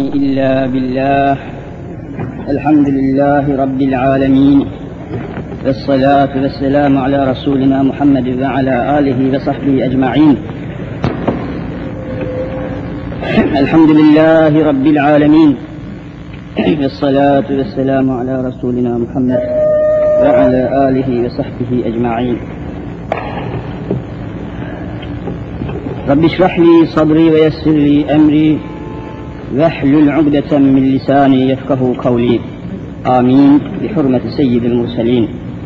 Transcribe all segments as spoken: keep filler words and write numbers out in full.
إلا بالله. الحمد لله رب العالمين، والصلاة والسلام على رسولنا محمد وعلى آله وصحبه أجمعين. الحمد لله رب العالمين، والصلاة والسلام على رسولنا محمد وعلى آله وصحبه أجمعين. رب اشرح لي صدري ويسر لي أمري واحلل عقدة من لساني يفقه قولي. آمين بحرمة سيد المرسلين.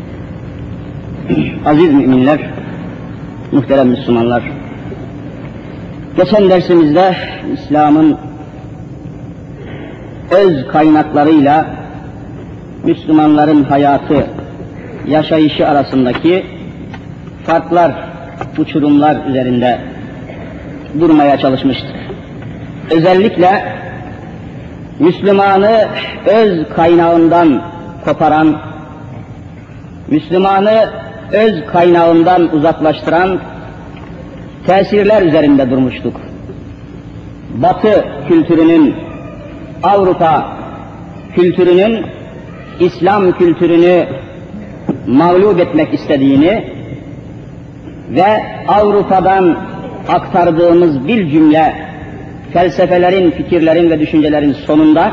Aziz müminler, muhterem Müslümanlar, geçen dersimizde İslam'ın öz kaynaklarıyla Müslümanların hayatı, yaşayışı arasındaki farklar, uçurumlar üzerinde durmaya çalışmıştık. Özellikle Müslümanı öz kaynağından koparan, Müslümanı öz kaynağından uzaklaştıran tesirler üzerinde durmuştuk. Batı kültürünün, Avrupa kültürünün İslam kültürünü mağlup etmek istediğini ve Avrupa'dan aktardığımız bir cümle felsefelerin, fikirlerin ve düşüncelerin sonunda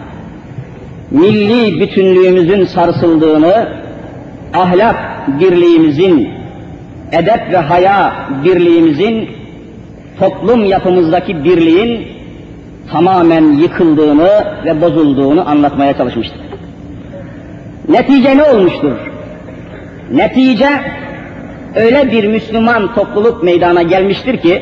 milli bütünlüğümüzün sarsıldığını, ahlak birliğimizin, edep ve haya birliğimizin, toplum yapımızdaki birliğin tamamen yıkıldığını ve bozulduğunu anlatmaya çalışmıştık. Netice ne olmuştur? Netice öyle bir Müslüman topluluk meydana gelmiştir ki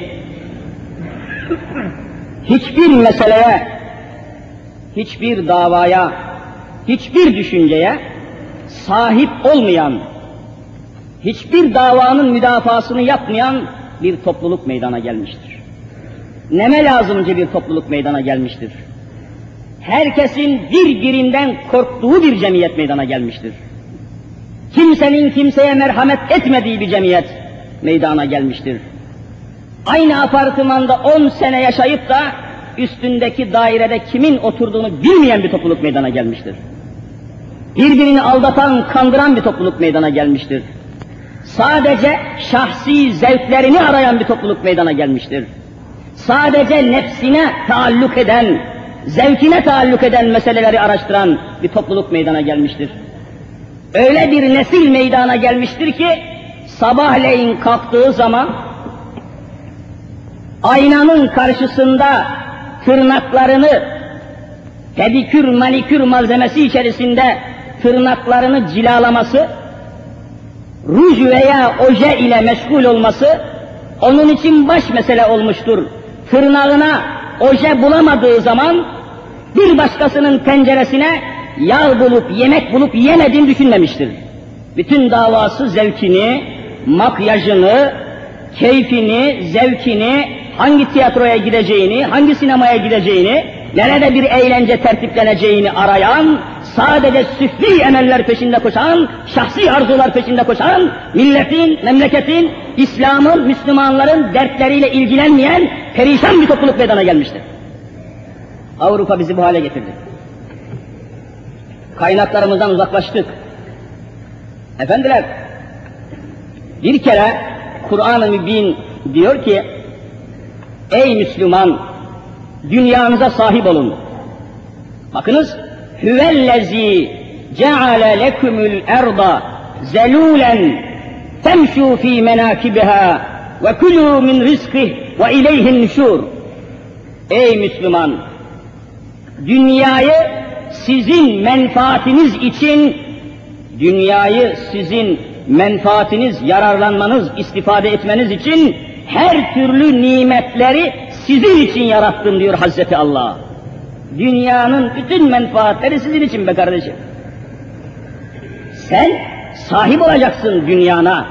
hiçbir meseleye, hiçbir davaya, hiçbir düşünceye sahip olmayan, hiçbir davanın müdafasını yapmayan bir topluluk meydana gelmiştir. Neme lazımcı bir topluluk meydana gelmiştir. Herkesin birbirinden korktuğu bir cemiyet meydana gelmiştir. Kimsenin kimseye merhamet etmediği bir cemiyet meydana gelmiştir. Aynı apartmanda on sene yaşayıp da üstündeki dairede kimin oturduğunu bilmeyen bir topluluk meydana gelmiştir. Birbirini aldatan, kandıran bir topluluk meydana gelmiştir. Sadece şahsi zevklerini arayan bir topluluk meydana gelmiştir. Sadece nefsine taalluk eden, zevkine taalluk eden meseleleri araştıran bir topluluk meydana gelmiştir. Öyle bir nesil meydana gelmiştir ki sabahleyin kalktığı zaman aynanın karşısında tırnaklarını pedikür manikür malzemesi içerisinde tırnaklarını cilalaması, ruj veya oje ile meşgul olması onun için baş mesele olmuştur. Tırnağına oje bulamadığı zaman bir başkasının tenceresine yağ bulup, yemek bulup yemediğini düşünmemiştir. Bütün davası zevkini, makyajını, keyfini, zevkini, hangi tiyatroya gideceğini, hangi sinemaya gideceğini, nerede bir eğlence tertipleneceğini arayan, sadece süfli emeller peşinde koşan, şahsi arzular peşinde koşan, milletin, memleketin, İslam'ın, Müslümanların dertleriyle ilgilenmeyen perişan bir topluluk meydana gelmiştir. Avrupa bizi bu hale getirdi. Kaynaklarımızdan uzaklaştık. Efendiler, bir kere Kur'an-ı Mübin diyor ki, ey Müslüman, dünyanıza sahip olun. Bakınız, hüvellezî ceale lekumul erda zelûlen temşû fî menâkibihâ ve kulû min rizkih ve ileyhin nüşûr. Ey Müslüman, dünyayı sizin menfaatiniz için, dünyayı sizin menfaatiniz, yararlanmanız, istifade etmeniz için her türlü nimetleri sizin için yarattım diyor Hazreti Allah. Dünyanın bütün menfaatleri sizin için be kardeşim. Sen sahip olacaksın dünyana.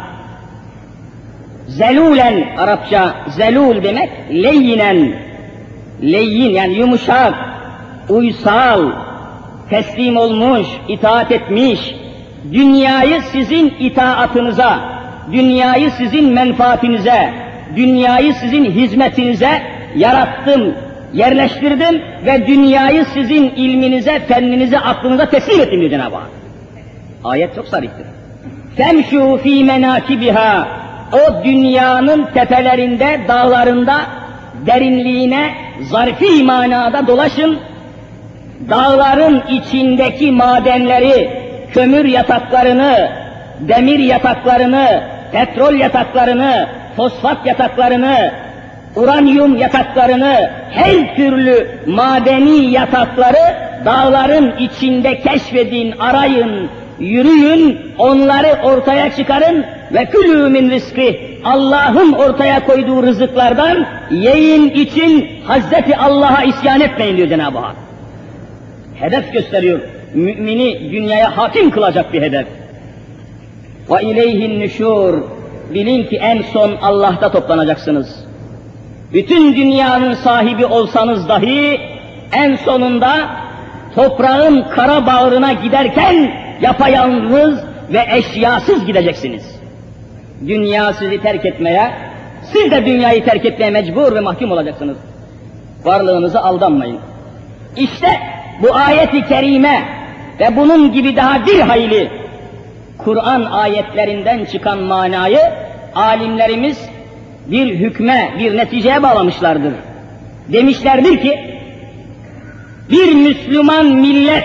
Zelûlen, Arapça zelûl demek, leyyinen, leyyin yani yumuşak, uysal, teslim olmuş, itaat etmiş, dünyayı sizin itaatınıza, dünyayı sizin menfaatinize, dünyayı sizin hizmetinize yarattım, yerleştirdim ve dünyayı sizin ilminize, fenninize, aklınıza teslim ettim diyor Cenab-ı Hak. Ayet çok sarihtir. Femşû fî menâkibiha, o dünyanın tepelerinde, dağlarında, derinliğine, zarfi manada dolaşın, dağların içindeki madenleri, kömür yataklarını, demir yataklarını, petrol yataklarını, fosfat yataklarını, uranyum yataklarını, her türlü madeni yatakları dağların içinde keşfedin, arayın, yürüyün, onları ortaya çıkarın ve külü min rizkı, Allah'ın ortaya koyduğu rızıklardan yiyin, için, Hazreti Allah'a isyan etmeyin diyor Cenab-ı Hak. Hedef gösteriyor, mümini dünyaya hakim kılacak bir hedef. Ve ileyhin nüşûr, bilin ki en son Allah'ta toplanacaksınız. Bütün dünyanın sahibi olsanız dahi en sonunda toprağın kara bağrına giderken yapayalnız ve eşyasız gideceksiniz. Dünya sizi terk etmeye, siz de dünyayı terk etmeye mecbur ve mahkum olacaksınız. Varlığınıza aldanmayın. İşte bu ayet-i kerime ve bunun gibi daha bir hayli Kur'an ayetlerinden çıkan manayı alimlerimiz bir hükme, bir neticeye bağlamışlardır. Demişlerdir ki, bir Müslüman millet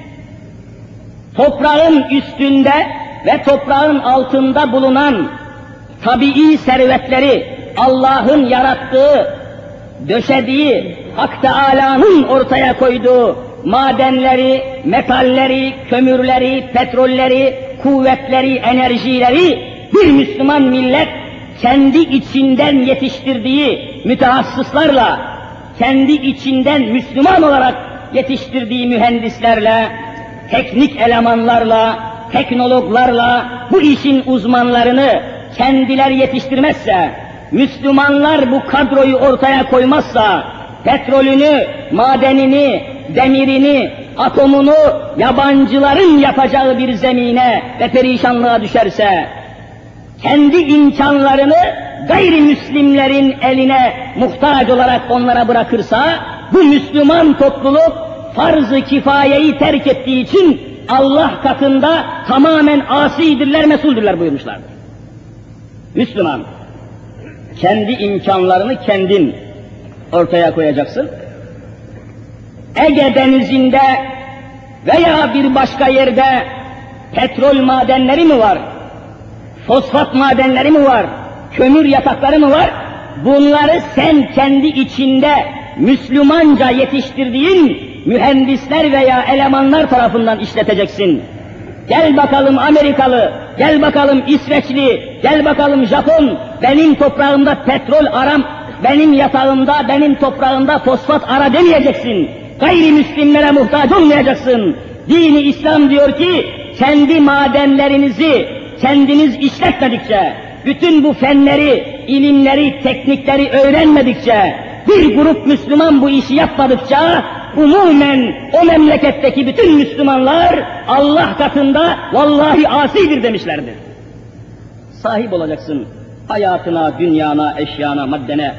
toprağın üstünde ve toprağın altında bulunan tabii servetleri, Allah'ın yarattığı, döşediği, Hak Teâlâ'nın ortaya koyduğu madenleri, metalleri, kömürleri, petrolleri, kuvvetleri, enerjileri bir Müslüman millet kendi içinden yetiştirdiği mütehassıslarla, kendi içinden Müslüman olarak yetiştirdiği mühendislerle, teknik elemanlarla, teknologlarla bu işin uzmanlarını kendileri yetiştirmezse, Müslümanlar bu kadroyu ortaya koymazsa, petrolünü, madenini, demirini, atomunu yabancıların yapacağı bir zemine ve perişanlığa düşerse, kendi imkanlarını gayrimüslimlerin eline muhtaç olarak onlara bırakırsa, bu Müslüman topluluk farz-ı kifayeyi terk ettiği için Allah katında tamamen asidirler, mesuldürler buyurmuşlardır. Müslüman, kendi imkanlarını kendin ortaya koyacaksın. Ege denizinde veya bir başka yerde petrol madenleri mi var? Fosfat madenleri mi var? Kömür yatakları mı var? Bunları sen kendi içinde Müslümanca yetiştirdiğin mühendisler veya elemanlar tarafından işleteceksin. Gel bakalım Amerikalı, gel bakalım İsveçli, gel bakalım Japon, benim toprağımda petrol aram, benim yatağımda, benim toprağımda fosfat ara demeyeceksin. Gayrimüslimlere muhtaç olmayacaksın. Dini İslam diyor ki, kendi madenlerinizi kendiniz işletmedikçe, bütün bu fenleri, ilimleri, teknikleri öğrenmedikçe, bir grup Müslüman bu işi yapmadıkça, umumen o memleketteki bütün Müslümanlar Allah katında vallahi asidir demişlerdir. Sahip olacaksın hayatına, dünyana, eşyana, maddene.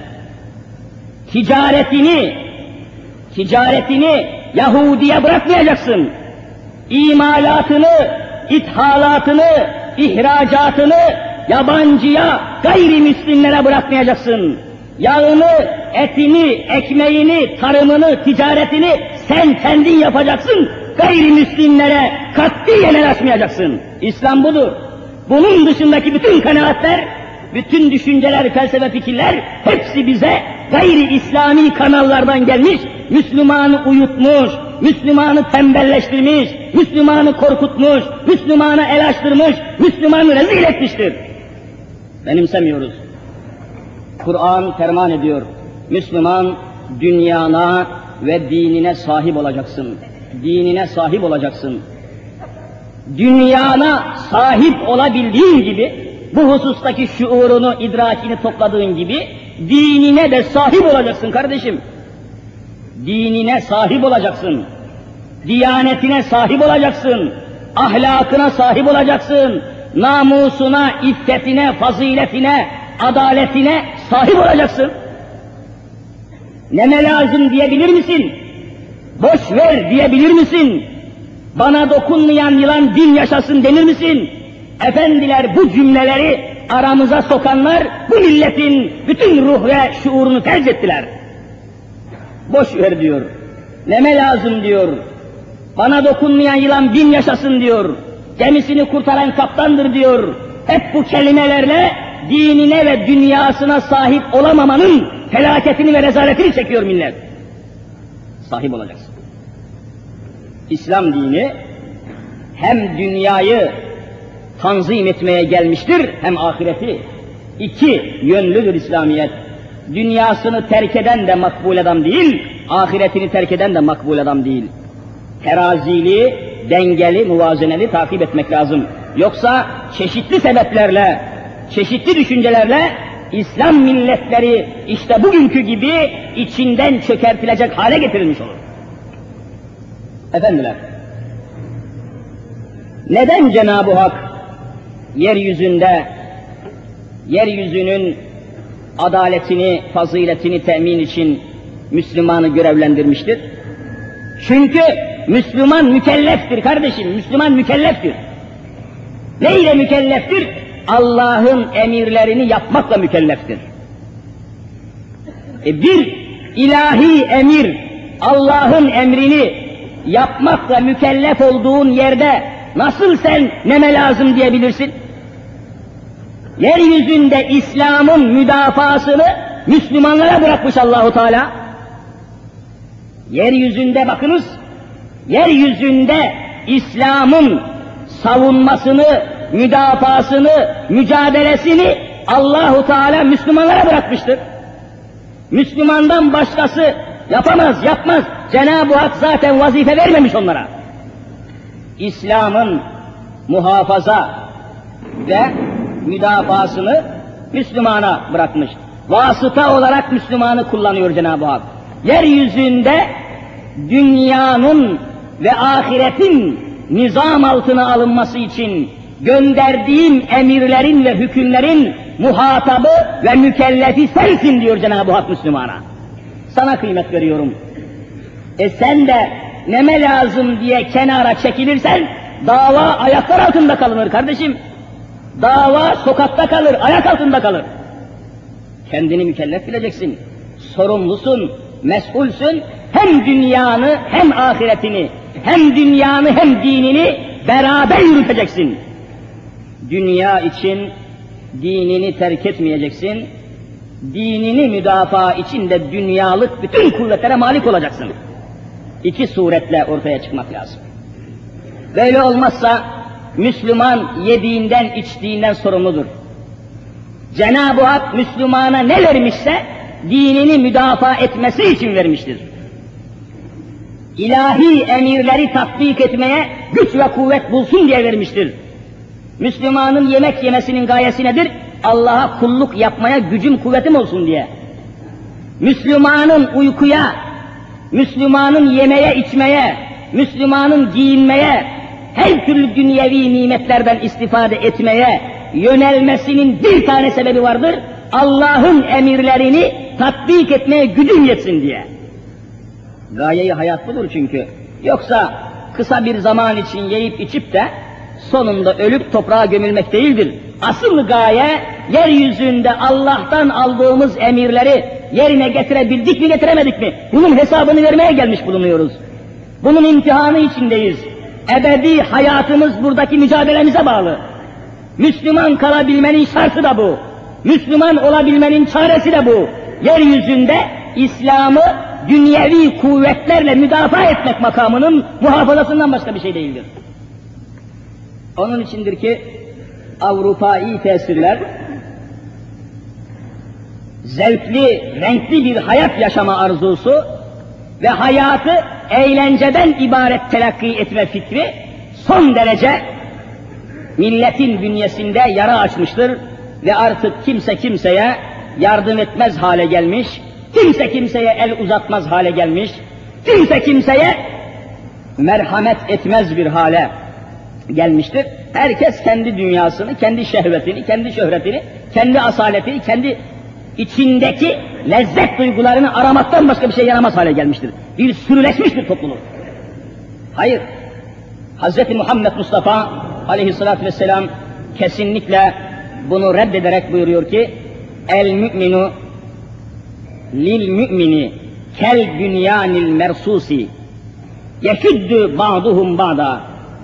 Ticaretini, ticaretini Yahudi'ye bırakmayacaksın. İmalatını, ithalatını, ihracatını yabancıya, gayrimüslimlere bırakmayacaksın. Yağını, etini, ekmeğini, tarımını, ticaretini sen kendin yapacaksın. Gayrimüslimlere katiyen el açmayacaksın. İslam budur. Bunun dışındaki bütün kanaatler, bütün düşünceler, felsefe, fikirler hepsi bize gayri İslami kanallardan gelmiş, Müslümanı uyutmuş, Müslümanı tembelleştirmiş, Müslümanı korkutmuş, Müslümanı el açtırmış, Müslümanı rezil etmiştir. Benimsemiyoruz. Kur'an ferman ediyor. Müslüman dünyana ve dinine sahip olacaksın. Dinine sahip olacaksın. Dünyana sahip olabildiğin gibi, bu husustaki şuurunu, idrakini topladığın gibi, dinine de sahip olacaksın kardeşim. Dinine sahip olacaksın. Diyanetine sahip olacaksın. Ahlakına sahip olacaksın. Namusuna, iffetine, faziletine, adaletine sahip olacaksın. Neme lazım diyebilir misin? Boş ver diyebilir misin? Bana dokunmayan yılan bin yaşasın denir misin? Efendiler, bu cümleleri aramıza sokanlar bu milletin bütün ruh ve şuurunu tercih ettiler. Boş ver diyor. Neme lazım diyor. Bana dokunmayan yılan bin yaşasın diyor. Gemisini kurtaran kaptandır diyor. Hep bu kelimelerle dinine ve dünyasına sahip olamamanın felaketini ve rezaletini çekiyor millet. Sahip olacaksın. İslam dini hem dünyayı tanzim etmeye gelmiştir, hem ahireti. İki yönlüdür İslamiyet. Dünyasını terk eden de makbul adam değil, ahiretini terk eden de makbul adam değil. Terazili, dengeli, muvazeneli takip etmek lazım. Yoksa çeşitli sebeplerle, çeşitli düşüncelerle İslam milletleri işte bugünkü gibi içinden çökertilecek hale getirilmiş olur. Efendiler, neden Cenab-ı Hak yeryüzünde, yeryüzünün adaletini, faziletini temin için Müslümanı görevlendirmiştir? Çünkü Müslüman mükelleftir kardeşim, Müslüman mükelleftir. Neyle mükelleftir? Allah'ın emirlerini yapmakla mükelleftir. E bir ilahi emir, Allah'ın emrini yapmakla mükellef olduğun yerde nasıl sen neme lazım diyebilirsin? Yeryüzünde İslam'ın müdafasını Müslümanlara bırakmış Allahu Teala. Yeryüzünde bakınız, yeryüzünde İslam'ın savunmasını, müdafasını, mücadelesini Allahu Teala Müslümanlara bırakmıştır. Müslümandan başkası yapamaz, yapmaz. Cenab-ı Hak zaten vazife vermemiş onlara. İslam'ın muhafaza ve müdafasını Müslümana bırakmış. Vasıta olarak Müslümanı kullanıyor Cenab-ı Hak. Yeryüzünde dünyanın ve ahiretin nizam altına alınması için gönderdiğim emirlerin ve hükümlerin muhatabı ve mükellefi sensin diyor Cenab-ı Hak Müslümana. Sana kıymet veriyorum. E sen de neme lazım diye kenara çekilirsen dava ayaklar altında kalır kardeşim. Dava sokakta kalır, ayak altında kalır. Kendini mükellef bileceksin. Sorumlusun, mesulsün. Hem dünyanı hem ahiretini, hem dünyanı hem dinini beraber yürüteceksin. Dünya için dinini terk etmeyeceksin. Dinini müdafaa için de dünyalık bütün kuvvetlere malik olacaksın. İki suretle ortaya çıkmak lazım. Böyle olmazsa Müslüman yediğinden içtiğinden sorumludur. Cenab-ı Hak Müslümana ne vermişse dinini müdafaa etmesi için vermiştir. İlahi emirleri tatbik etmeye güç ve kuvvet bulsun diye vermiştir. Müslümanın yemek yemesinin gayesi nedir? Allah'a kulluk yapmaya gücüm kuvvetim olsun diye. Müslümanın uykuya, Müslümanın yemeye içmeye, Müslümanın giyinmeye, her türlü dünyevi nimetlerden istifade etmeye yönelmesinin bir tane sebebi vardır. Allah'ın emirlerini tatbik etmeye gücüm yetsin diye. Gaye-i hayat budur çünkü. Yoksa kısa bir zaman için yiyip içip de sonunda ölüp toprağa gömülmek değildir. Asıl gaye, yeryüzünde Allah'tan aldığımız emirleri yerine getirebildik mi getiremedik mi? Bunun hesabını vermeye gelmiş bulunuyoruz. Bunun imtihanı içindeyiz. Ebedi hayatımız buradaki mücadelemize bağlı. Müslüman kalabilmenin şartı da bu. Müslüman olabilmenin çaresi de bu. Yeryüzünde İslam'ı dünyevi kuvvetlerle müdafaa etmek makamının muhafazasından başka bir şey değildir. Onun içindir ki Avrupa'yı tesirler, zevkli, renkli bir hayat yaşama arzusu ve hayatı eğlenceden ibaret telakki etme fikri son derece milletin bünyesinde yara açmıştır ve artık kimse kimseye yardım etmez hale gelmiş, kimse kimseye el uzatmaz hale gelmiş, kimse kimseye merhamet etmez bir hale gelmiştir. Herkes kendi dünyasını, kendi şehvetini, kendi şöhretini, kendi asaletini, kendi içindeki lezzet duygularını aramaktan başka bir şey yaramaz hale gelmiştir. Bir sürüleşmiş bir topluluk. Hayır. Hazreti Muhammed Mustafa aleyhissalatü vesselam kesinlikle bunu reddederek buyuruyor ki el müminu lil mümini kel bünyanil mersusi yeşüddü ba'duhum ba'da.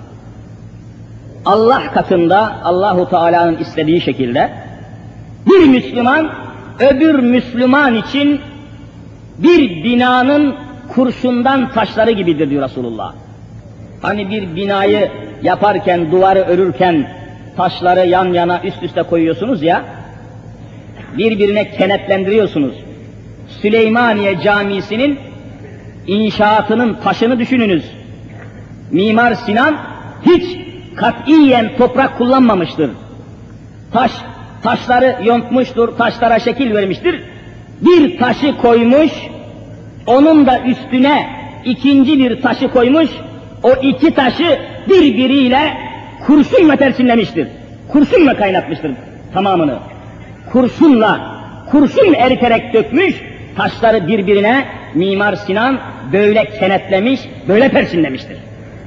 Allah katında Allahu Teala'nın istediği şekilde bir Müslüman öbür Müslüman için bir binanın kurşundan taşları gibidir diyor Resulullah. Hani bir binayı yaparken, duvarı örürken taşları yan yana üst üste koyuyorsunuz ya, birbirine kenetlendiriyorsunuz. Süleymaniye Camisi'nin inşaatının taşını düşününüz. Mimar Sinan hiç katiyen toprak kullanmamıştır. Taş, taşları yontmuştur, taşlara şekil vermiştir. Bir taşı koymuş, onun da üstüne ikinci bir taşı koymuş, o iki taşı birbiriyle kurşunla perçinlemiştir. Kurşunla kaynatmıştır tamamını. Kurşunla, kurşun eriterek dökmüş, taşları birbirine Mimar Sinan böyle kenetlemiş, böyle perçinlemiştir.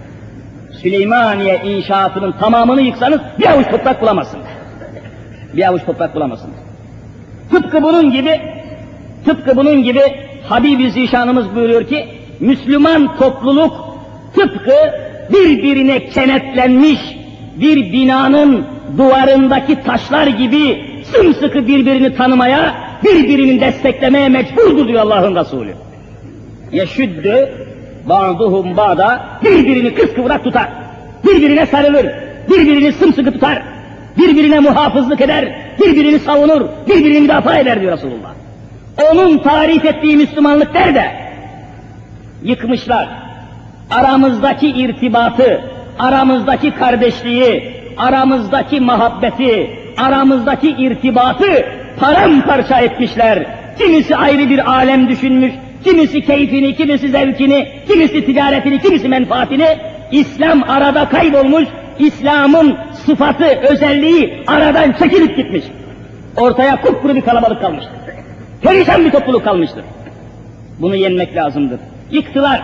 Süleymaniye inşaatının tamamını yıksanız bir avuç toprak bulamazsınız. Bir avuç toprak bulamazsınız. Tıpkı bunun gibi, tıpkı bunun gibi Habibi Zişanımız buyuruyor ki, Müslüman topluluk tıpkı birbirine kenetlenmiş bir binanın duvarındaki taşlar gibi sımsıkı birbirini tanımaya, birbirini desteklemeye mecburdur diyor Allah'ın Resulü. Yeşüddü ba'duhum ba'da, birbirini kıskıvrak tutar, birbirine sarılır, birbirini sımsıkı tutar, birbirine muhafızlık eder, birbirini savunur, birbirini müdafaa eder diyor Resulullah. Onun tarif ettiği Müslümanlık nerede? Yıkmışlar. Aramızdaki irtibatı, aramızdaki kardeşliği, aramızdaki muhabbeti, aramızdaki irtibatı paramparça etmişler. Kimisi ayrı bir alem düşünmüş, kimisi keyfini, kimisi zevkini, kimisi ticaretini, kimisi menfaatini. İslam arada kaybolmuş, İslam'ın sıfatı, özelliği aradan çekilip gitmiş. Ortaya kupkuru bir kalabalık kalmıştır. Perişan bir topluluk kalmıştır. Bunu yenmek lazımdır. Yıktılar.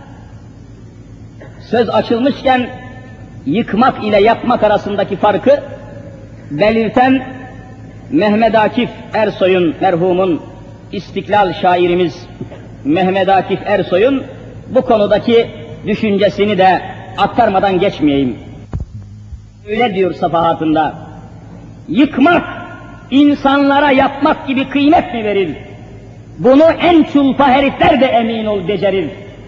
Söz açılmışken yıkmak ile yapmak arasındaki farkı belirten Mehmet Akif Ersoy'un, merhumun İstiklal şairimiz Mehmet Akif Ersoy'un bu konudaki düşüncesini de aktarmadan geçmeyeyim. Öyle diyor safahatında, yıkmak insanlara yapmak gibi kıymet mi verir? Bunu en çulpa herifler de emin ol becerir.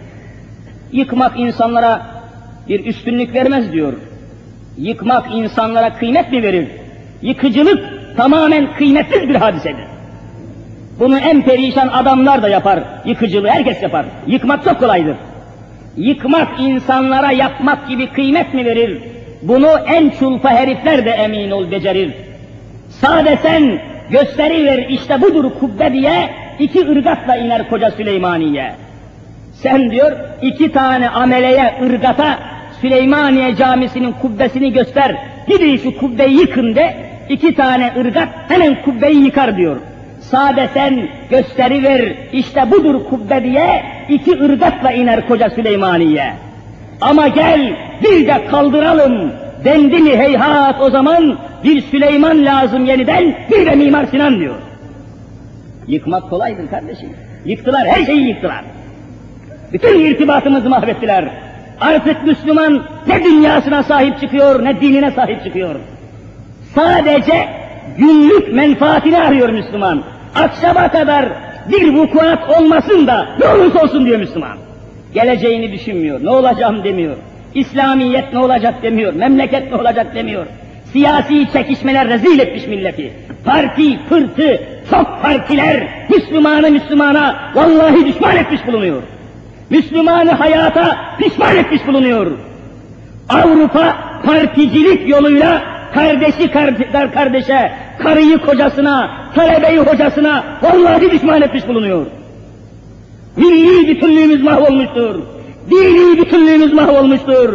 Yıkmak insanlara bir üstünlük vermez diyor. Yıkmak insanlara kıymet mi verir? Yıkıcılık tamamen kıymetsiz bir hadisedir. Bunu en perişan adamlar da yapar, yıkıcılığı herkes yapar. Yıkmak çok kolaydır. Yıkmak insanlara yapmak gibi kıymet mi verir? Bunu en çulpa herifler de emin ol becerir. Sade sen gösteriver işte budur kubbe diye iki ırgatla iner koca Süleymaniye. Sen diyor iki tane ameleye, ırgata Süleymaniye Camisi'nin kubbesini göster. Gidin şu kubbeyi yıkın de, iki tane ırgat hemen kubbeyi yıkar diyor. Sade sen gösteriver işte budur kubbe diye iki ırgatla iner koca Süleymaniye. Ama gel bir de kaldıralım dendi mi heyhat o zaman bir Süleyman lazım yeniden, bir de Mimar Sinan diyor. Yıkmak kolaydır kardeşim. Yıktılar, her şeyi yıktılar. Bütün irtibatımızı mahvettiler. Artık Müslüman ne dünyasına sahip çıkıyor, ne dinine sahip çıkıyor. Sadece günlük menfaatini arıyor Müslüman. Akşama kadar bir vukuat olmasın da ne olursa olsun diyor Müslüman. Geleceğini düşünmüyor, ne olacağım demiyor. İslamiyet ne olacak demiyor, memleket ne olacak demiyor. Siyasi çekişmeler rezil etmiş milleti. Parti, pırtı, çok partiler Müslümanı Müslümana vallahi düşman etmiş bulunuyor. Müslümanı hayata pişman etmiş bulunuyor. Avrupa particilik yoluyla kardeşi kar kardeşe, karıyı kocasına, talebeyi hocasına vallahi düşman etmiş bulunuyor. Milli bütünlüğümüz mahvolmuştur. Dini bütünlüğümüz mahvolmuştur.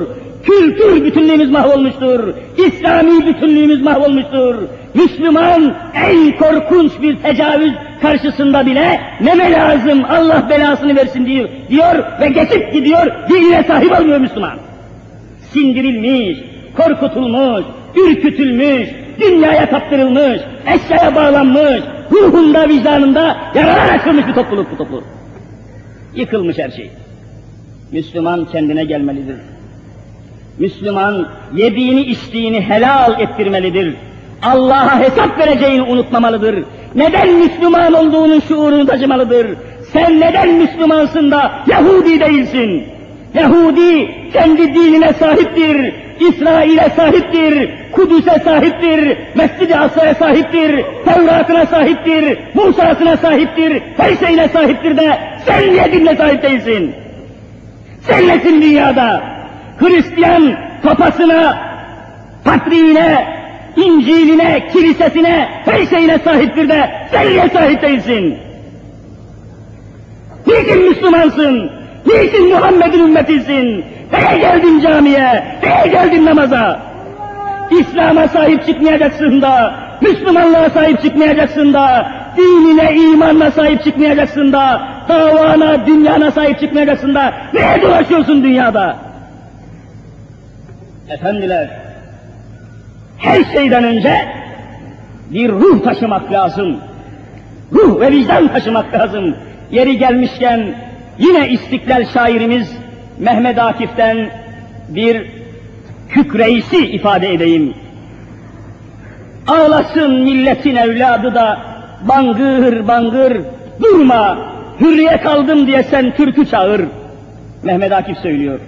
Kültür bütünlüğümüz mahvolmuştur. İslami bütünlüğümüz mahvolmuştur. Müslüman en korkunç bir tecavüz karşısında bile neme lazım, Allah belasını versin diyor, diyor ve geçip gidiyor, dinine sahip olmuyor Müslüman. Sindirilmiş, korkutulmuş, ürkütülmüş, dünyaya kaptırılmış, eşyaya bağlanmış, ruhunda, vicdanında yaralar açılmış bir topluluk bu topluluk. Yıkılmış her şey. Müslüman kendine gelmelidir. Müslüman yediğini içtiğini helal ettirmelidir. Allah'a hesap vereceğini unutmamalıdır. Neden Müslüman olduğunun şuurunu taşımalıdır. Sen neden Müslümansın da Yahudi değilsin? Yahudi kendi dinine sahiptir, İsrail'e sahiptir, Kudüs'e sahiptir, Mescid-i Aksa'ya sahiptir, Tevrat'ına sahiptir, Musa'sına sahiptir, her şeyine sahiptir de sen niye dinle sahip değilsin? Sen nesin dünyada? Hristiyan papasına, patriğine, İncil'ine, kilisesine, her şeyine sahiptir de sen niye sahip değilsin? Niçin Müslümansın? Niçin Muhammed'in ümmetisin? Neye geldin camiye? Neye geldin namaza? İslam'a sahip çıkmayacaksın da, Müslümanlığa sahip çıkmayacaksın da, dinine, imanına sahip çıkmayacaksın da, davana, dünyana sahip çıkmayacaksın da, neye dolaşıyorsun dünyada? Efendiler, her şeyden önce bir ruh taşımak lazım. Ruh ve vicdan taşımak lazım. Yeri gelmişken yine İstiklal şairimiz Mehmet Akif'ten bir kükreisi ifade edeyim. Ağlasın milletin evladı da bangır bangır durma, hürriyet aldım diye sen türkü çağır. Mehmet Akif söylüyor.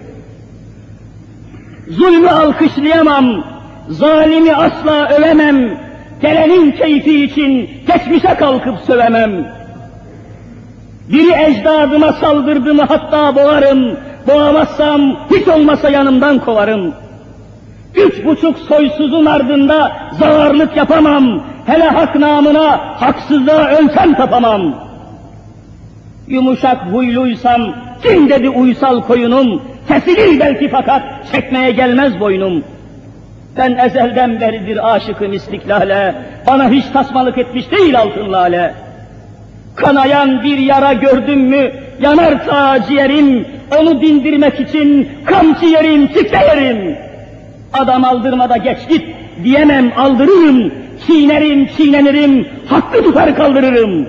Zulmü alkışlayamam, zalimi asla övemem, gelenin keyfi için geçmişe kalkıp sövemem. Biri ecdadıma saldırdı mı hatta boğarım, boğamazsam hiç olmasa yanımdan kovarım. Üç buçuk soysuzun ardında zavarlık yapamam, hele hak namına haksızlığa ölsem tapamam. Yumuşak huyluysam kim dedi uysal koyunum, kesilir belki fakat çekmeye gelmez boynum. Ben ezelden beridir aşıkım istiklale, bana hiç tasmalık etmiş değil altın lale. Kanayan bir yara gördüm mü yanar ta ciğerim, onu dindirmek için kamçı yerim, tikle yerim. Adam aldırmada geç git diyemem, aldırırım, çiğnerim, çiğnenirim, hakkı tutar kaldırırım.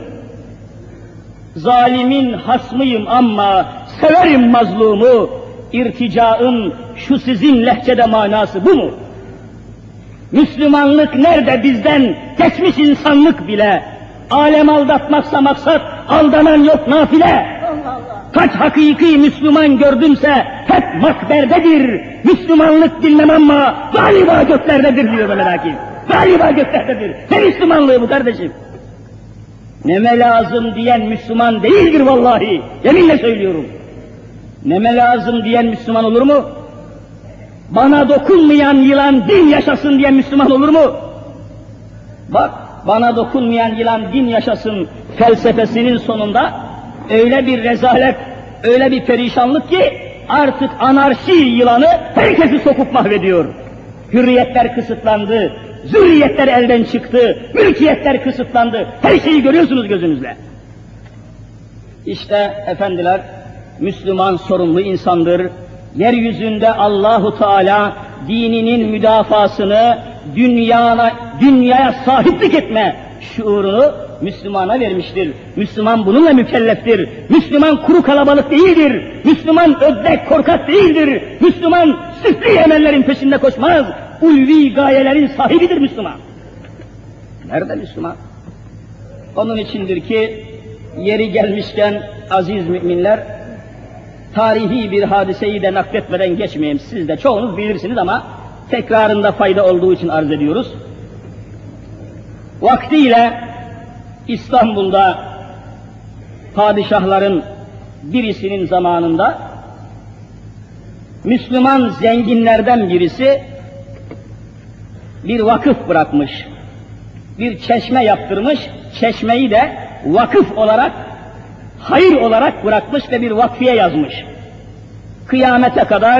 Zalimin hasmıyım ama severim mazlumu, irticaın şu sizin lehçede manası bu mu? Müslümanlık nerede bizden, geçmiş insanlık bile. Alem aldatmaksa maksat, aldanan yok nafile. Kaç hakiki Müslüman gördümse hep makberdedir. Müslümanlık bilmem ama galiba göklerdedir diyor Mehmet Akif. Galiba göklerdedir. Ne Müslümanlığı bu kardeşim? Neme lazım diyen Müslüman değildir vallahi. Yeminle söylüyorum. Neme lazım diyen Müslüman olur mu? Bana dokunmayan yılan din yaşasın diyen Müslüman olur mu? Bak, bana dokunmayan yılan din yaşasın felsefesinin sonunda öyle bir rezalet, öyle bir perişanlık ki artık anarşi yılanı herkesi sokup mahvediyor. Hürriyetler kısıtlandı, zürriyetler elden çıktı, mülkiyetler kısıtlandı. Her şeyi görüyorsunuz gözünüzle. İşte efendiler, Müslüman sorumlu insandır. Yeryüzünde Allahu Teala dininin müdafasını dünyana, dünyaya sahiplik etme şuurunu Müslümana vermiştir. Müslüman bununla mükelleftir. Müslüman kuru kalabalık değildir. Müslüman ödlek korkak değildir. Müslüman süfli emellerin peşinde koşmaz. Ulvi gayelerin sahibidir Müslüman. Nerede Müslüman? Onun içindir ki yeri gelmişken aziz müminler, tarihi bir hadiseyi de nakletmeden geçmeyeyim. Siz de çoğunuz bilirsiniz ama tekrarında fayda olduğu için arz ediyoruz. Vaktiyle İstanbul'da padişahların birisinin zamanında Müslüman zenginlerden birisi bir vakıf bırakmış. Bir çeşme yaptırmış, çeşmeyi de vakıf olarak, hayır olarak bırakmış ve bir vakfiye yazmış. Kıyamete kadar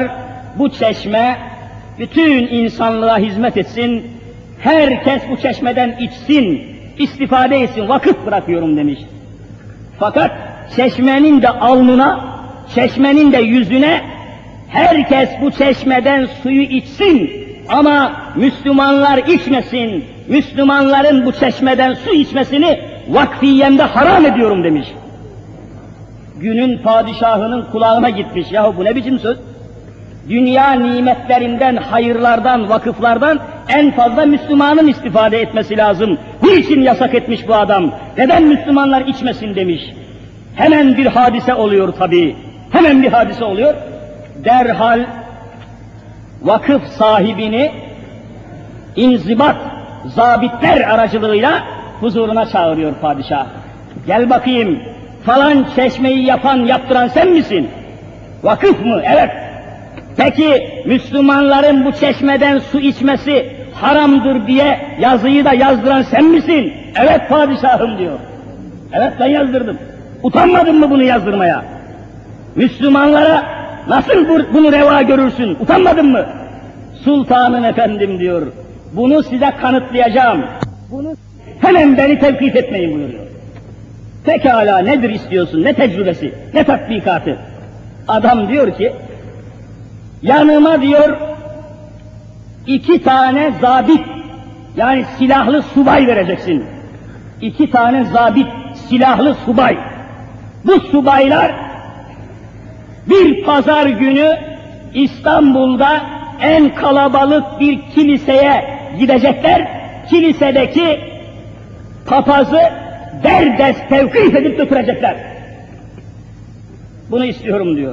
bu çeşme bütün insanlığa hizmet etsin, herkes bu çeşmeden içsin, istifade etsin, vakıf bırakıyorum demiş. Fakat çeşmenin de alnına, çeşmenin de yüzüne, herkes bu çeşmeden suyu içsin ama Müslümanlar içmesin, Müslümanların bu çeşmeden su içmesini vakfiyemde haram ediyorum demiş. Günün padişahının kulağına gitmiş, yahu bu ne biçim söz? Dünya nimetlerinden, hayırlardan, vakıflardan en fazla Müslümanın istifade etmesi lazım. Niçin yasak etmiş bu adam? Neden Müslümanlar içmesin demiş. Hemen bir hadise oluyor tabii. Hemen bir hadise oluyor. Derhal vakıf sahibini inzibat, zabitler aracılığıyla huzuruna çağırıyor padişah. Gel bakayım, falan çeşmeyi yapan, yaptıran sen misin? Vakıf mı? Evet. Peki Müslümanların bu çeşmeden su içmesi haramdır diye yazıyı da yazdıran sen misin? Evet padişahım diyor. Evet ben yazdırdım. Utanmadın mı bunu yazdırmaya? Müslümanlara nasıl bu, bunu reva görürsün? Utanmadın mı? Sultanım efendim diyor. Bunu size kanıtlayacağım. Bunu hemen beni tevkif etmeyin buyuruyor. Pekala nedir istiyorsun? Ne tecrübesi? Ne tatbikatı? Adam diyor ki yanıma diyor iki tane zabit, yani silahlı subay vereceksin. İki tane zabit, silahlı subay. Bu subaylar bir pazar günü İstanbul'da en kalabalık bir kiliseye gidecekler. Kilisedeki papazı derdest tevkif edip götürecekler. Bunu istiyorum diyor.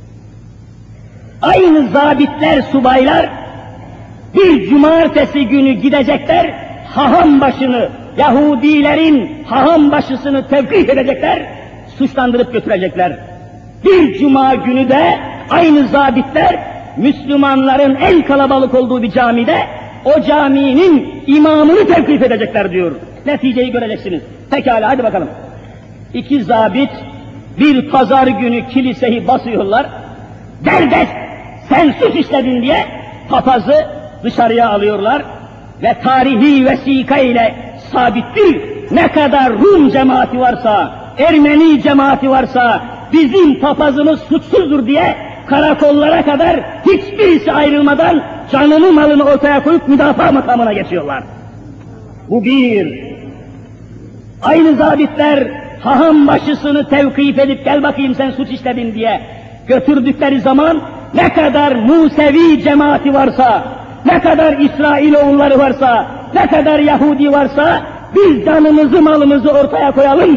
Aynı zabitler, subaylar bir cumartesi günü gidecekler, haham başını, Yahudilerin haham başısını tevkif edecekler, suçlandırıp götürecekler. Bir cuma günü de aynı zabitler Müslümanların en kalabalık olduğu bir camide o caminin imamını tevkif edecekler diyor. Neticeyi göreceksiniz. Pekala hadi bakalım. İki zabit bir pazar günü kiliseyi basıyorlar. Derdest sen suç işledin diye papazı dışarıya alıyorlar ve tarihi vesika ile sabittir. Ne kadar Rum cemaati varsa, Ermeni cemaati varsa bizim papazımız suçsuzdur diye karakollara kadar hiçbirisi ayrılmadan canını malını ortaya koyup müdafaa makamına geçiyorlar. Bu bir. Aynı zabitler haham başısını tevkif edip gel bakayım sen suç işledin diye götürdükleri zaman ne kadar Musevi cemaati varsa, ne kadar İsrailoğulları varsa, ne kadar Yahudi varsa biz canımızı malımızı ortaya koyalım.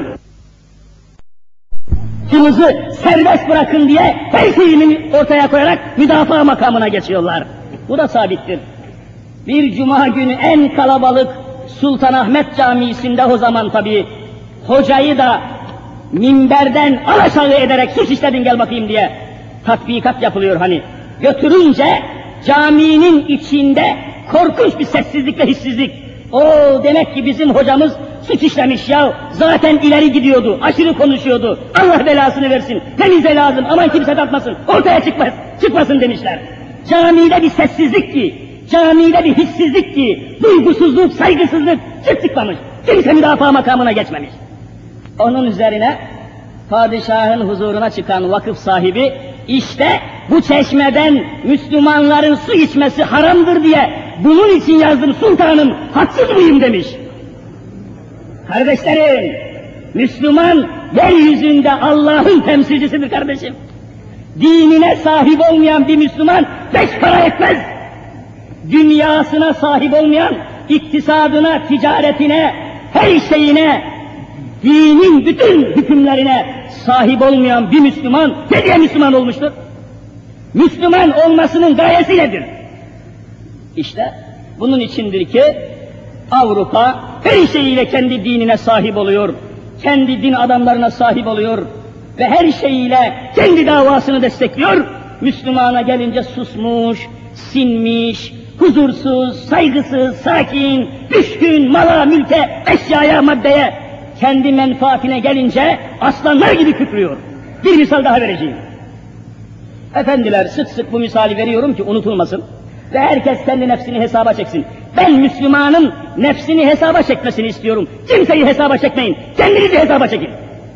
Kımızı serbest bırakın diye her şeyini ortaya koyarak müdafaa makamına geçiyorlar. Bu da sabittir. Bir cuma günü en kalabalık Sultanahmet Camii'sinde o zaman tabii hocayı da minberden alaşağı ederek suç işledin gel bakayım diye tatbikat yapılıyor hani. Götürünce caminin içinde korkunç bir sessizlik ve hissizlik. O demek ki bizim hocamız suç işlemiş ya. Zaten ileri gidiyordu, aşırı konuşuyordu. Allah belasını versin. Ne bize lazım, aman kimse tatmasın, ortaya çıkmaz, çıkmasın demişler. Camide bir sessizlik ki, camide bir hissizlik ki, duygusuzluk, saygısızlık çık çıkmamış. Kimse müdafaa makamına geçmemiş. Onun üzerine padişahın huzuruna çıkan vakıf sahibi, işte bu çeşmeden Müslümanların su içmesi haramdır diye bunun için yazdım sultanım, haksız mıyım demiş. Kardeşlerim, Müslüman yeryüzünde Allah'ın temsilcisidir kardeşim. Dinine sahip olmayan bir Müslüman beş para etmez. Dünyasına sahip olmayan, iktisadına, ticaretine, her şeyine, dinin bütün hükümlerine sahip olmayan bir Müslüman ne diye Müslüman olmuştur? Müslüman olmasının gayesi nedir? İşte bunun içindir ki Avrupa her şeyiyle kendi dinine sahip oluyor, kendi din adamlarına sahip oluyor ve her şeyiyle kendi davasını destekliyor. Müslümana gelince susmuş, sinmiş, huzursuz, saygısız, sakin, düşkün mala, mülke, eşyaya, maddeye, kendi menfaatine gelince aslanlar gibi kükrüyor. Bir misal daha vereceğim. Efendiler, sık sık bu misali veriyorum ki unutulmasın ve herkes kendi nefsini hesaba çeksin. Ben Müslümanın nefsini hesaba çekmesini istiyorum. Kimseyi hesaba çekmeyin, kendinizi hesaba çekin.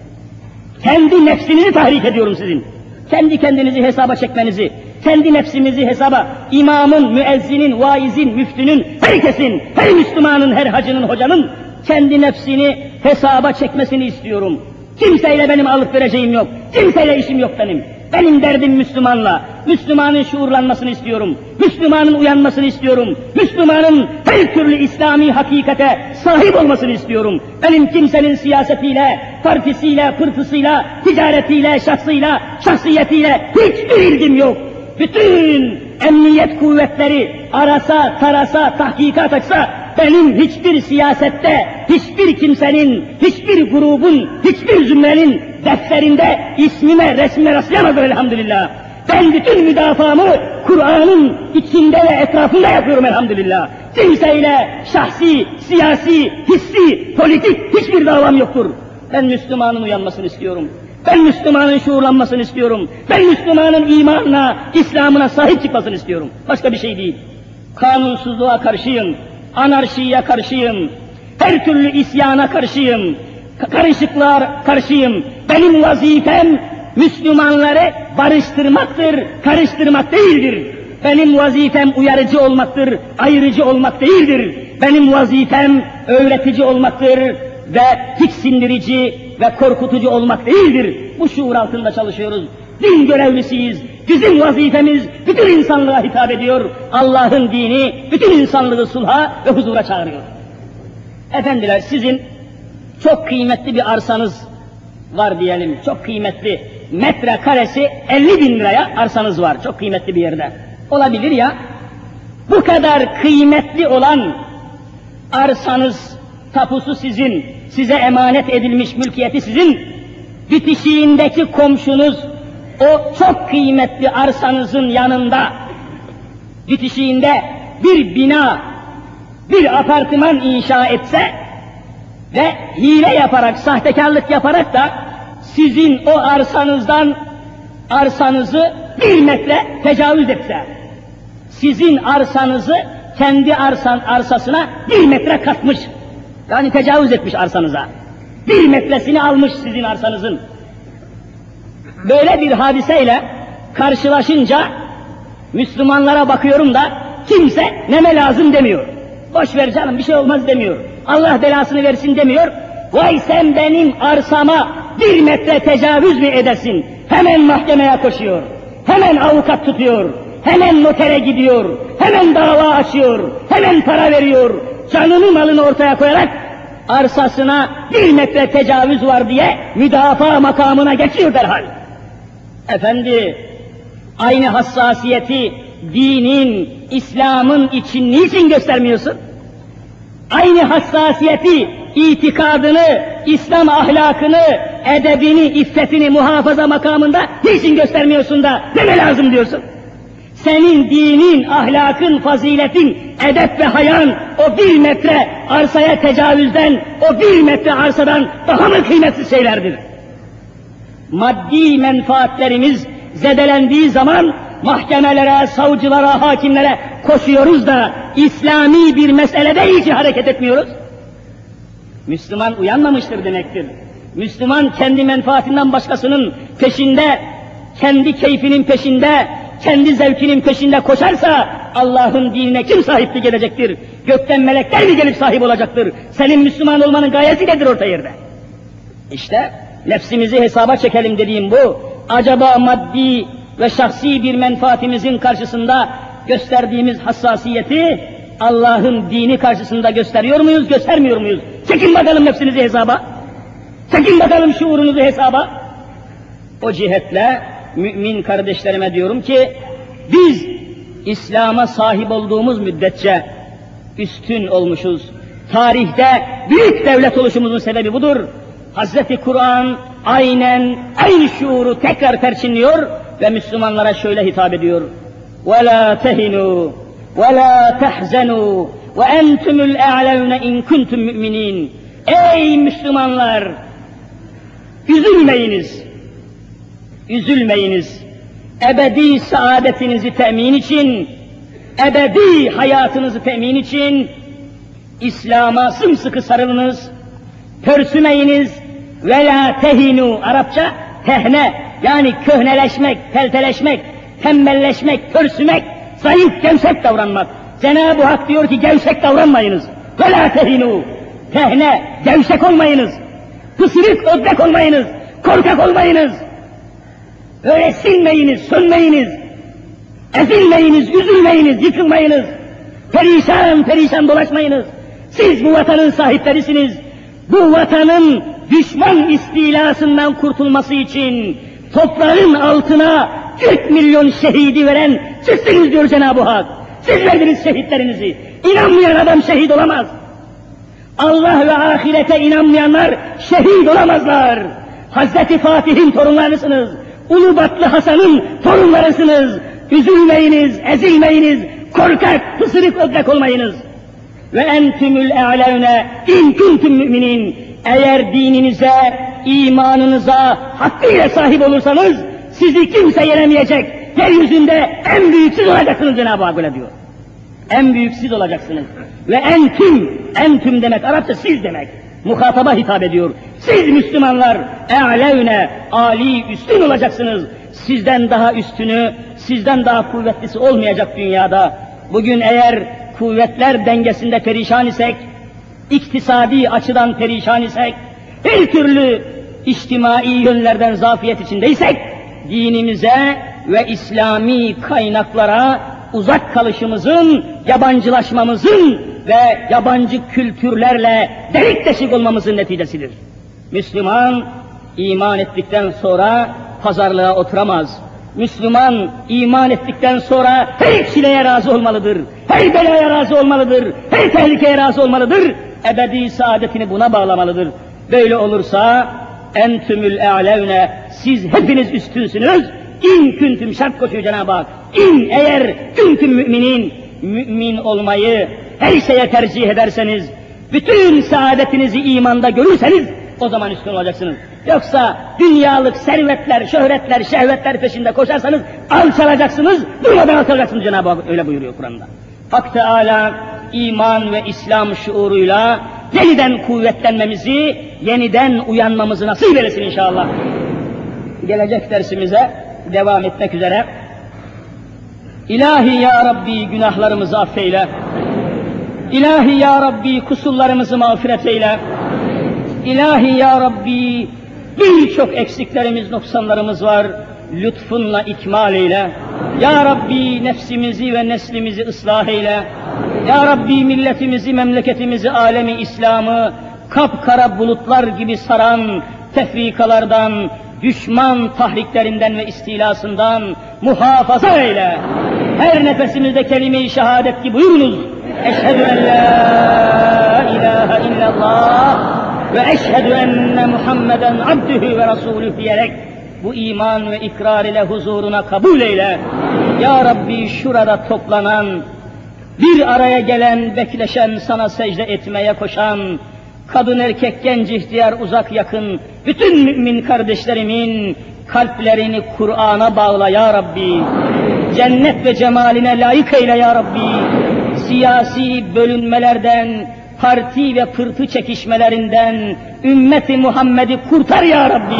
Kendi nefsinizi tahrik ediyorum sizin. Kendi kendinizi hesaba çekmenizi, kendi nefsimizi hesaba, imamın, müezzinin, vaizin, müftünün, herkesin, her Müslümanın, her hacının, hocanın kendi nefsini hesaba çekmesini istiyorum. Kimseyle benim alıp vereceğim yok, kimseyle işim yok benim. Benim derdim Müslümanla, Müslümanın şuurlanmasını istiyorum, Müslümanın uyanmasını istiyorum, Müslümanın her türlü İslami hakikate sahip olmasını istiyorum. Benim kimsenin siyasetiyle, partisiyle, pırtısıyla, ticaretiyle, şahsıyla, şahsiyetiyle hiçbir ilgim yok. Bütün emniyet kuvvetleri arasa, tarasa, tahkikat açsa, benim hiçbir siyasette, hiçbir kimsenin, hiçbir grubun, hiçbir zümrenin defterinde ismime, resmime rastlayamazlar elhamdülillah. Ben bütün müdafaamı Kur'an'ın içinde ve etrafında yapıyorum elhamdülillah. Kimseyle şahsi, siyasi, hissi, politik hiçbir davam yoktur. Ben Müslümanın uyanmasını istiyorum. Ben Müslümanın şuurlanmasını istiyorum. Ben Müslümanın imanına, İslam'ına sahip çıkmasını istiyorum. Başka bir şey değil. Kanunsuzluğa karşıyım, anarşiye karşıyım, her türlü isyana karşıyım, karışıklığa karşıyım. Benim vazifem Müslümanları barıştırmaktır, karıştırmak değildir. Benim vazifem uyarıcı olmaktır, ayrıcı olmak değildir. Benim vazifem öğretici olmaktır ve tiksindirici ve korkutucu olmak değildir. Bu şuur altında çalışıyoruz. Din görevlisiyiz. Bizim vazifemiz bütün insanlığa hitap ediyor. Allah'ın dini bütün insanlığı sulha ve huzura çağırıyor. Efendiler, sizin çok kıymetli bir arsanız var diyelim. Çok kıymetli. Metrekaresi elli bin liraya arsanız var. Çok kıymetli bir yerde. Olabilir ya. Bu kadar kıymetli olan arsanız, tapusu sizin, size emanet edilmiş mülkiyeti sizin, bitişiğindeki komşunuz o çok kıymetli arsanızın yanında, bitişiğinde bir bina, bir apartman inşa etse ve hile yaparak, sahtekarlık yaparak da sizin o arsanızdan arsanızı bir metre tecavüz etse, sizin arsanızı kendi arsan arsasına bir metre katmış, yani tecavüz etmiş arsanıza, bir metresini almış sizin arsanızın. Böyle bir hadiseyle karşılaşınca Müslümanlara bakıyorum da kimse neme lazım demiyor. Boş ver canım, bir şey olmaz demiyor. Allah belasını versin demiyor. Vay sen benim arsama bir metre tecavüz mü edersin? Hemen mahkemeye koşuyor. Hemen avukat tutuyor. Hemen notere gidiyor. Hemen dava açıyor. Hemen para veriyor. Canını malını ortaya koyarak arsasına bir metre tecavüz var diye müdafaa makamına geçiyor derhal. Efendi, aynı hassasiyeti dinin, İslam'ın için niçin göstermiyorsun? Aynı hassasiyeti, itikadını, İslam ahlakını, edebini, iffetini muhafaza makamında niçin göstermiyorsun da deme lazım diyorsun? Senin dinin, ahlakın, faziletin, edep ve hayan o bir metre arsaya tecavüzden, o bir metre arsadan daha mı kıymetli şeylerdir? Maddi menfaatlerimiz zedelendiği zaman mahkemelere, savcılara, hakimlere koşuyoruz da İslami bir meselede hiç hareket etmiyoruz. Müslüman uyanmamıştır demektir. Müslüman kendi menfaatinden başkasının peşinde, kendi keyfinin peşinde, kendi zevkinin peşinde koşarsa Allah'ın dinine kim sahiplik edecektir? Gökten melekler mi gelip sahip olacaktır? Senin Müslüman olmanın gayesi nedir orta yerde? İşte nefsimizi hesaba çekelim dediğim bu. Acaba maddi ve şahsi bir menfaatimizin karşısında gösterdiğimiz hassasiyeti Allah'ın dini karşısında gösteriyor muyuz, göstermiyor muyuz? Çekin bakalım nefsinizi hesaba. Çekin bakalım şuurunuzu hesaba. O cihetle mümin kardeşlerime diyorum ki biz İslam'a sahip olduğumuz müddetçe üstün olmuşuz. Tarihte büyük devlet oluşumuzun sebebi budur. Hazreti Kur'an aynen aynı şuuru tekrar perçinliyor ve Müslümanlara şöyle hitap ediyor. وَلَا تَهِنُوا وَلَا تَحْزَنُوا وَاَنْتُمُ الْاَعْلَوْنَ اِنْ كُنْتُمْ مُؤْمِنِينَ. Ey Müslümanlar! Üzülmeyiniz, üzülmeyiniz. ebedi saadetinizi temin için, ebedi hayatınızı temin için İslam'a sımsıkı sarılınız, pörsümeyiniz, ve la tehinu, Arapça tehne, yani köhneleşmek, telteleşmek, tembelleşmek, pörsümek, zayıf, gevşek davranmak. Cenab-ı Hak diyor ki gevşek davranmayınız. Ve la tehinu, tehne, gevşek olmayınız, pısırık, ödlek olmayınız, korkak olmayınız. Öyle sinmeyiniz, sönmeyiniz, ezilmeyiniz, üzülmeyiniz, yıkılmayınız, perişan perişan dolaşmayınız. Siz bu vatanın sahiplerisiniz. Bu vatanın düşman istilasından kurtulması için toprağın altına kırk milyon şehidi veren sizsiniz diyor Cenab-ı Hak. Siz verdiniz şehitlerinizi. İnanmayan adam şehit olamaz. Allah ve ahirete inanmayanlar şehit olamazlar. Hazreti Fatih'in torunlarısınız. Ulubatlı Hasan'ın torunlarısınız. Üzülmeyiniz, ezilmeyiniz, korkak, pısırık, ödlek olmayınız. Ve entümül e'levne in kuntum müminin. Eğer dininize, imanınıza hakkıyla sahip olursanız sizi kimse yenemeyecek. Yeryüzünde en büyük siz olacaksınız Cenab-ı Hak öyle diyor. En büyük siz olacaksınız. Ve entüm, entüm demek Arapça siz demek. Muhataba hitap ediyor. Siz Müslümanlar e'levne, âli, üstün olacaksınız. Sizden daha üstünü, sizden daha kuvvetlisi olmayacak dünyada. Bugün eğer kuvvetler dengesinde perişan isek, iktisadi açıdan perişan isek, her türlü içtimai yönlerden zafiyet içindeysek, dinimize ve İslami kaynaklara uzak kalışımızın, yabancılaşmamızın ve yabancı kültürlerle delik deşik olmamızın neticesidir. Müslüman, iman ettikten sonra pazarlığa oturamaz. Müslüman, iman ettikten sonra her çileye razı olmalıdır, her belaya razı olmalıdır, her tehlikeye razı olmalıdır, ebedi saadetini buna bağlamalıdır. Böyle olursa, entümül e'levne, siz hepiniz üstünsünüz, in küntüm, şart koşuyor Cenab-ı Hak, in eğer küntüm müminin, mümin olmayı her şeye tercih ederseniz, bütün saadetinizi imanda görürseniz, o zaman üstün olacaksınız. Yoksa dünyalık servetler, şöhretler, şehvetler peşinde koşarsanız alçalacaksınız, durmadan alçalacaksınız Cenab-ı Hak öyle buyuruyor Kur'an'da. Hak Teâlâ iman ve İslam şuuruyla yeniden kuvvetlenmemizi, yeniden uyanmamızı nasip eylesin inşallah. Gelecek dersimize devam etmek üzere. İlahi ya Rabbi günahlarımızı affeyle. İlahi ya Rabbi kusurlarımızı mağfiret eyle. İlahi ya Rabbi birçok eksiklerimiz, noksanlarımız var. Lütfunla ikmal eyle. Ya Rabbi nefsimizi ve neslimizi ıslah eyle. Ya Rabbi milletimizi, memleketimizi, alemi İslam'ı kapkara bulutlar gibi saran tefrikalardan, düşman tahriklerinden ve istilasından muhafaza eyle. Her nefesimizde kelime-i şehadet gibi buyurunuz. Eşhedü en la ilahe illallah ve eşhedü enne Muhammeden abdühü ve rasulüh diyerek bu iman ve ikrar ile huzuruna kabul eyle. Ya Rabbi şurada toplanan, bir araya gelen, bekleşen, sana secde etmeye koşan, kadın erkek genç ihtiyar uzak yakın, bütün mümin kardeşlerimin kalplerini Kur'an'a bağla ya Rabbi. Cennet ve cemaline layık eyle ya Rabbi. Siyasi bölünmelerden, parti ve pırtı çekişmelerinden ümmeti Muhammed'i kurtar ya Rabbi.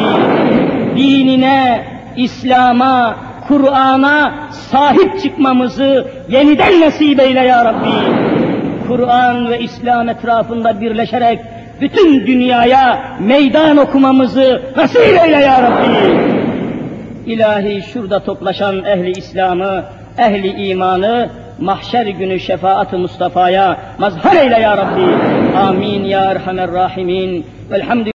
Dinine, İslam'a, Kur'an'a sahip çıkmamızı yeniden nasip eyle ya Rabbi. Kur'an ve İslam etrafında birleşerek bütün dünyaya meydan okumamızı nasip eyle ya Rabbi. İlahi şurada toplaşan ehli İslam'ı, ehli imanı mahşer günü şefaat-ı Mustafa'ya mazhar eyle ya Rabbi. Amin ya Erhamer Rahimin. Velhamdülillah.